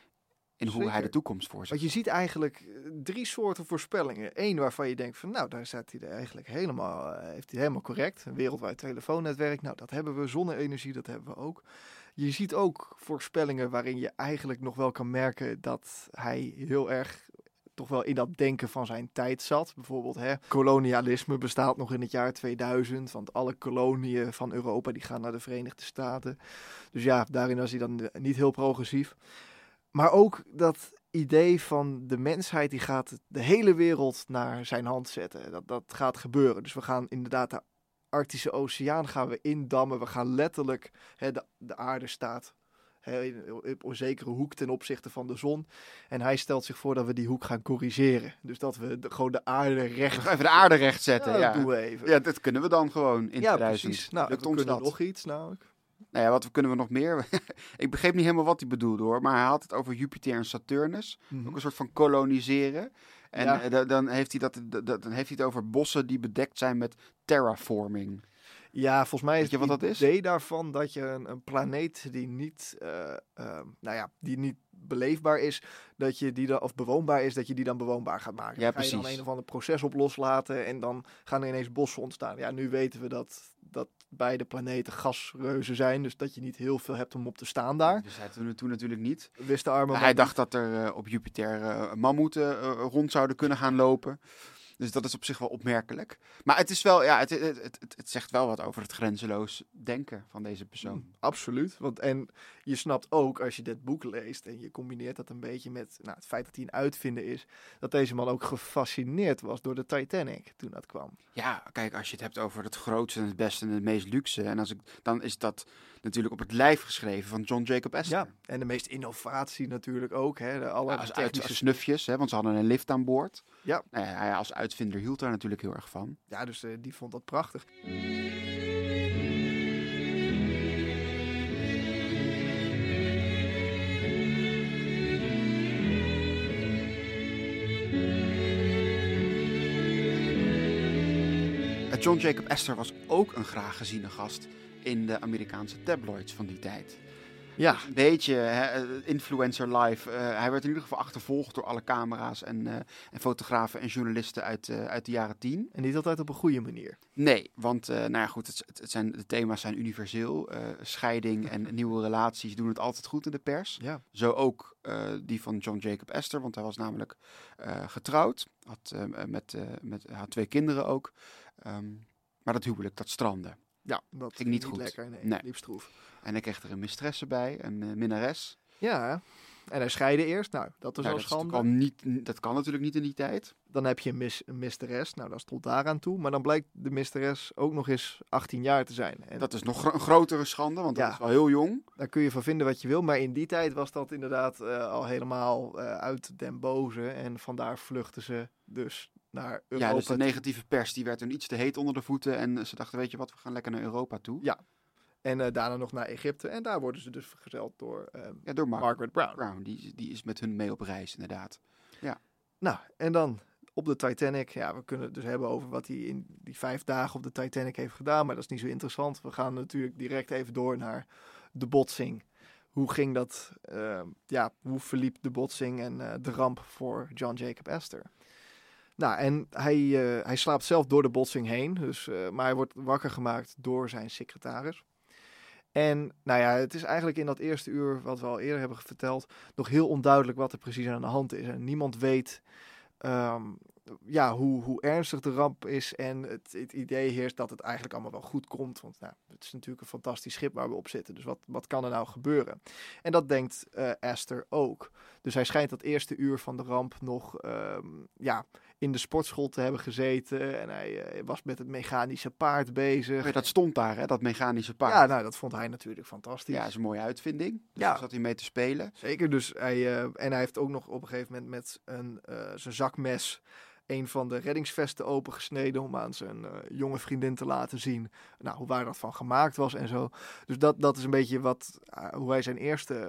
hoe hij de toekomst voorziet. Want je ziet eigenlijk 3 soorten voorspellingen. Eén waarvan je denkt van, daar staat hij er eigenlijk heeft hij helemaal correct. Een wereldwijd telefoonnetwerk, dat hebben we. Zonne-energie, dat hebben we ook. Je ziet ook voorspellingen waarin je eigenlijk nog wel kan merken dat hij heel erg toch wel in dat denken van zijn tijd zat. Bijvoorbeeld, kolonialisme bestaat nog in het jaar 2000, want alle koloniën van Europa die gaan naar de Verenigde Staten. Dus ja, daarin was hij dan niet heel progressief. Maar ook dat idee van de mensheid, die gaat de hele wereld naar zijn hand zetten. Dat gaat gebeuren. Dus we gaan inderdaad de Arctische Oceaan gaan we indammen. We gaan letterlijk, de aarde staat op een zekere hoek ten opzichte van de zon. En hij stelt zich voor dat we die hoek gaan corrigeren. Dus dat we gewoon de aarde recht... Even de aarde recht zetten, dat doen we even. Ja, dat kunnen we dan gewoon in 2000. Precies. Nou, lukt we ons kunnen dat nog iets namelijk. Nou ja, wat kunnen we nog meer? Ik begreep niet helemaal wat hij bedoelde hoor. Maar hij had het over Jupiter en Saturnus. Mm-hmm. Ook een soort van koloniseren. En Ja. dan heeft hij het over bossen die bedekt zijn met terraforming. Ja, volgens mij is Weet je wat het dat is? idee daarvan dat je een planeet die niet, die niet beleefbaar is, dat je die dan, of bewoonbaar is, dat je die dan bewoonbaar gaat maken. Ja, Dan ga je dan precies. een of ander proces op loslaten en dan gaan er ineens bossen ontstaan. Ja, nu weten we dat beide planeten gasreuzen zijn, dus dat je niet heel veel hebt om op te staan daar. Dus hij toen natuurlijk niet. Wist de arme Hij dacht dat er op Jupiter mammoeten rond zouden kunnen gaan lopen. Dus dat is op zich wel opmerkelijk. Maar het is wel, het zegt wel wat over het grenzeloos denken van deze persoon. Absoluut. En je snapt ook, als je dit boek leest en je combineert dat een beetje met het feit dat hij een uitvinder is, dat deze man ook gefascineerd was door de Titanic toen dat kwam. Ja, kijk, als je het hebt over het grootste en het beste en het meest luxe. En dan is dat natuurlijk op het lijf geschreven van John Jacob Astor. Ja, en de meeste innovatie natuurlijk ook. Alle Als snufjes, want ze hadden een lift aan boord. Ja. Nou ja, hij als uitvinder hield daar natuurlijk heel erg van. Ja, dus die vond dat prachtig. John Jacob Astor was ook een graag geziene gast in de Amerikaanse tabloids van die tijd. Ja. Dus een beetje influencer life. Hij werd in ieder geval achtervolgd door alle camera's en fotografen en journalisten uit de jaren 10. En niet altijd op een goede manier. Nee, want de thema's zijn universeel. Scheiding en nieuwe relaties doen het altijd goed in de pers. Ja. Zo ook die van John Jacob Astor, want hij was namelijk getrouwd. Had 2 kinderen ook. Maar dat huwelijk, dat strandde. Ja, dat ging niet goed. Lekker, Nee. liep stroef. En hij kreeg er een mistresse bij, een minnares. Ja. En hij scheidde eerst. Nou, dat is Nou, al dat, schande. dat kan natuurlijk niet in die tijd. Dan heb je een misteres. Nou, dat stond daaraan toe. Maar dan blijkt de misteres ook nog eens 18 jaar te zijn. En Dat is nog een grotere schande, want dat Ja. is wel heel jong. daar kun je van vinden wat je wil. Maar in die tijd was dat inderdaad al helemaal uit den boze. En vandaar vluchten ze dus naar Europa. Ja, dus de negatieve pers die werd toen iets te heet onder de voeten. En ze dachten, weet je wat, we gaan lekker naar Europa toe. Ja. En daarna nog naar Egypte. En daar worden ze dus vergezeld door Ja, door Margaret Brown. Brown. Die is met hun mee op reis, inderdaad. Nou, en dan op de Titanic. Ja, we kunnen het dus hebben over wat hij in die 5 dagen op de Titanic heeft gedaan. Maar dat is niet zo interessant. We gaan natuurlijk direct even door naar de botsing. Hoe ging dat? Hoe verliep de botsing en de ramp voor John Jacob Astor? Nou, en hij slaapt zelf door de botsing heen. Dus, maar hij wordt wakker gemaakt door zijn secretaris. En nou ja, het is eigenlijk in dat eerste uur, wat we al eerder hebben verteld, nog heel onduidelijk wat er precies aan de hand is. En niemand weet hoe ernstig de ramp is. En het idee heerst dat het eigenlijk allemaal wel goed komt. Want nou, het is natuurlijk een fantastisch schip waar we op zitten. Dus wat kan er nou gebeuren? En dat denkt Astor ook. Dus hij schijnt dat eerste uur van de ramp nog in de sportschool te hebben gezeten. En hij was met het mechanische paard bezig. Ja, dat stond daar, hè, dat mechanische paard. Ja, nou, dat vond hij natuurlijk fantastisch. Ja, dat is een mooie uitvinding. Dus Ja. daar zat hij mee te spelen. Zeker, dus hij heeft ook nog op een gegeven moment met zijn zakmes een van de reddingsvesten opengesneden om aan zijn jonge vriendin te laten zien hoe waar dat van gemaakt was en zo. Dus dat is een beetje hoe hij zijn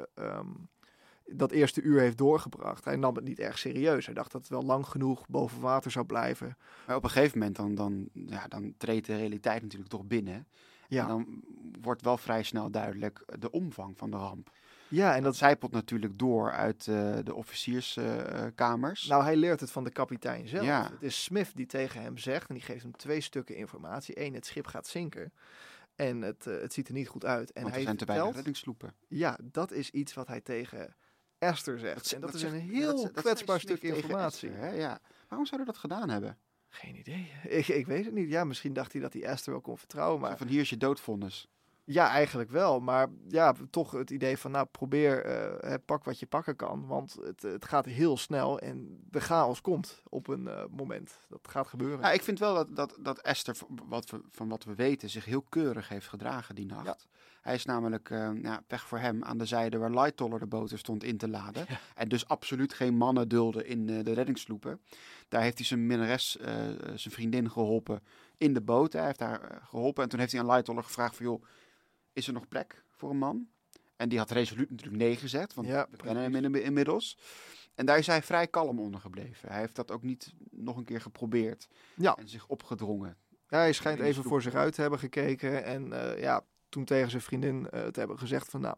dat eerste uur heeft doorgebracht. Hij nam het niet erg serieus. Hij dacht dat het wel lang genoeg boven water zou blijven. Maar op een gegeven moment dan treedt de realiteit natuurlijk toch binnen. Ja, En dan wordt wel vrij snel duidelijk de omvang van de ramp. ja en Dat dat, zijpelt natuurlijk door uit de officierskamers. nou, hij leert het van de kapitein zelf. Ja. Het is Smith die tegen hem zegt, en die geeft hem 2 stukken informatie. 1, het schip gaat zinken. En het ziet er niet goed uit. En want er hij zijn te weinig vertelt, reddingssloepen. ja, dat is iets wat hij tegen Astor zegt. En dat is een zegt- heel dat kwetsbaar zei Smith stuk tegen informatie. Esther, hè? Ja. Waarom zou hij dat gedaan hebben? Geen idee. Ik weet het niet. Ja, misschien dacht hij dat hij Astor wel kon vertrouwen. Zo Maar van hier is je doodvonnis. ja, eigenlijk wel. Maar ja, toch het idee van, probeer, pak wat je pakken kan. Want het gaat heel snel en de chaos komt op een moment. Dat gaat gebeuren. Nou, ik vind wel dat Esther, van wat we weten, zich heel keurig heeft gedragen die nacht. Ja. Hij is namelijk weg voor hem aan de zijde waar Lightoller de boter stond in te laden. Ja. En dus absoluut geen mannen dulde in de reddingssloepen. Daar heeft hij zijn minnares, zijn vriendin, geholpen in de boot. Hij heeft haar geholpen en toen heeft hij aan Lightoller gevraagd van, joh, is er nog plek voor een man? En die had resoluut natuurlijk nee gezegd, want Ja, we kennen hem inmiddels. En daar is hij vrij kalm onder gebleven. Hij heeft dat ook niet nog een keer geprobeerd Ja. en zich opgedrongen. Ja, hij schijnt in de even sloep. voor zich uit te hebben gekeken. En toen tegen zijn vriendin te hebben gezegd van,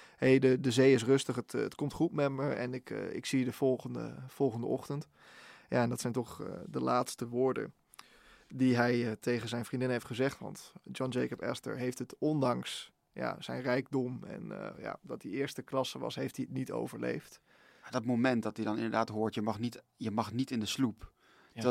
de zee is rustig, het komt goed met me en ik zie je de volgende ochtend. Ja, en dat zijn toch de laatste woorden die hij tegen zijn vriendin heeft gezegd. Want John Jacob Astor heeft het ondanks zijn rijkdom en dat hij eerste klasse was, heeft hij het niet overleefd. Dat moment dat hij dan inderdaad hoort, je mag niet in de sloep. Terwijl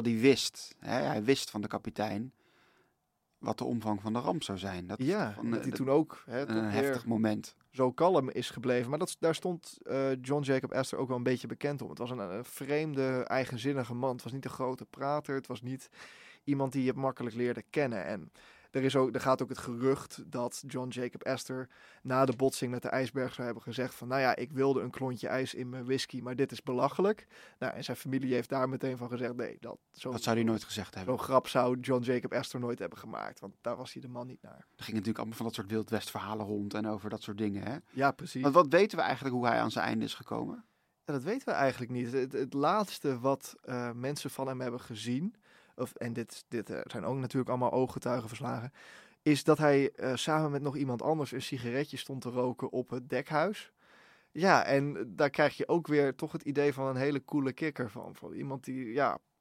hij wist van de kapitein wat de omvang van de ramp zou zijn. Dat is Ja, toch dat hij toen ook toch een weer heftig moment. zo kalm is gebleven. Maar daar stond John Jacob Astor ook wel een beetje bekend om. Het was een vreemde, eigenzinnige man. Het was niet een grote prater. Het was niet iemand die je makkelijk leerde kennen. En er gaat ook het gerucht dat John Jacob Astor na de botsing met de ijsberg zou hebben gezegd van, ik wilde een klontje ijs in mijn whisky, maar dit is belachelijk. Nou, en zijn familie heeft daar meteen van gezegd, nee, dat zou hij nooit gezegd hebben. Zo'n grap zou John Jacob Astor nooit hebben gemaakt, want daar was hij de man niet naar. Er gingen natuurlijk allemaal van dat soort Wild West verhalen rond en over dat soort dingen. Hè? Ja, precies. Want wat weten we eigenlijk hoe hij aan zijn einde is gekomen? Ja, dat weten we eigenlijk niet. Het laatste wat mensen van hem hebben gezien, en dit zijn ook natuurlijk allemaal ooggetuigenverslagen, is dat hij samen met nog iemand anders een sigaretje stond te roken op het dekhuis. Ja, en daar krijg je ook weer toch het idee van een hele coole kikker van. Van iemand die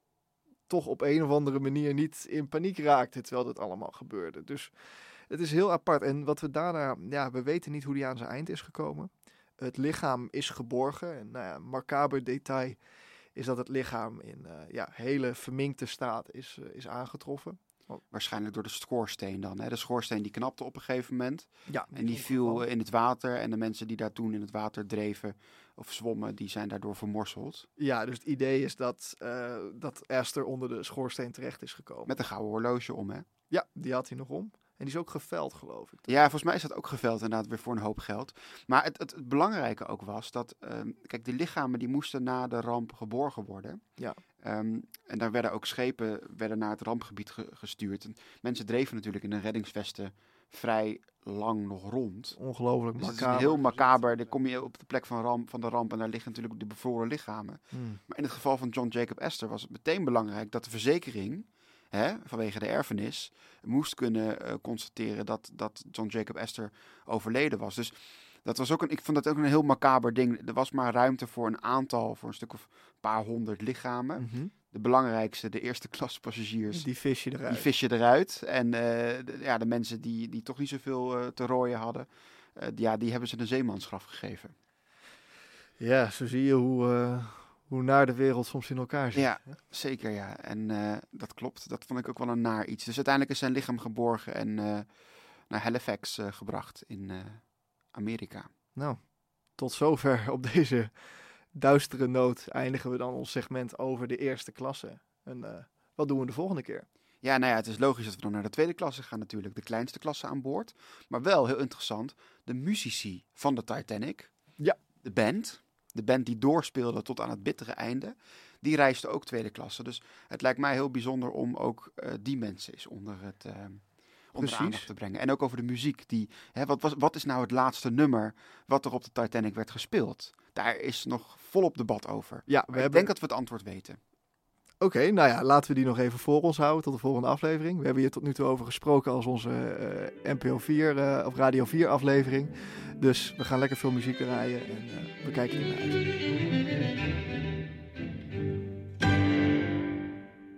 toch op een of andere manier niet in paniek raakte terwijl dit allemaal gebeurde. Dus het is heel apart. En wat we daarna, we weten niet hoe hij aan zijn eind is gekomen. Het lichaam is geborgen. En een macaber detail is dat het lichaam in hele verminkte staat is aangetroffen. Waarschijnlijk door de schoorsteen dan. Hè? De schoorsteen die knapte op een gegeven moment. Ja, En die viel in het water. En de mensen die daar toen in het water dreven of zwommen, die zijn daardoor vermorseld. Ja, dus het idee is dat Esther onder de schoorsteen terecht is gekomen. Met een gouden horloge om, hè? Ja, die had hij nog om. En die is ook geveld, geloof ik. Ja, volgens mij is dat ook geveld inderdaad weer voor een hoop geld. Maar het belangrijke ook was dat, kijk, de lichamen die moesten na de ramp geborgen worden. Ja. En daar werden ook schepen naar het rampgebied gestuurd. En mensen dreven natuurlijk in hun reddingsvesten vrij lang nog rond. Ongelooflijk Dus het is macaber. heel macaber. Dan kom je op de plek van de ramp en daar liggen natuurlijk de bevroren lichamen. Hmm. Maar in het geval van John Jacob Astor was het meteen belangrijk dat de verzekering, vanwege de erfenis, moest kunnen constateren dat John Jacob Astor overleden was. Dus dat was ook ik vond dat ook een heel macaber ding. Er was maar ruimte voor een stuk of een paar honderd lichamen. Mhm. De belangrijkste, de eerste klasse passagiers, Die vis je eruit. die vis je eruit. En de mensen die toch niet zoveel te rooien hadden, die hebben ze een zeemansgraf gegeven. Ja, zo zie je hoe naar de wereld soms in elkaar zit. Ja, zeker ja. En dat klopt. Dat vond ik ook wel een naar iets. Dus uiteindelijk is zijn lichaam geborgen en naar Halifax gebracht in Amerika. Nou, tot zover op deze duistere noot eindigen we dan ons segment over de eerste klasse. En wat doen we de volgende keer? Ja, nou ja, het is logisch dat we dan naar de tweede klasse gaan natuurlijk. De kleinste klasse aan boord. Maar wel, heel interessant, de muzici van de Titanic. Ja. De band die doorspeelde tot aan het bittere einde. Die reisde ook tweede klasse. Dus het lijkt mij heel bijzonder om ook die mensen eens onder de aandacht te brengen. En ook over de muziek. Wat is nou het laatste nummer wat er op de Titanic werd gespeeld? Daar is nog volop debat over. Ja, Ik denk dat we het antwoord weten. Oké, nou ja, laten we die nog even voor ons houden tot de volgende aflevering. We hebben hier tot nu toe over gesproken als onze NPO 4 of Radio 4 aflevering. Dus we gaan lekker veel muziek draaien en we kijken ernaar uit.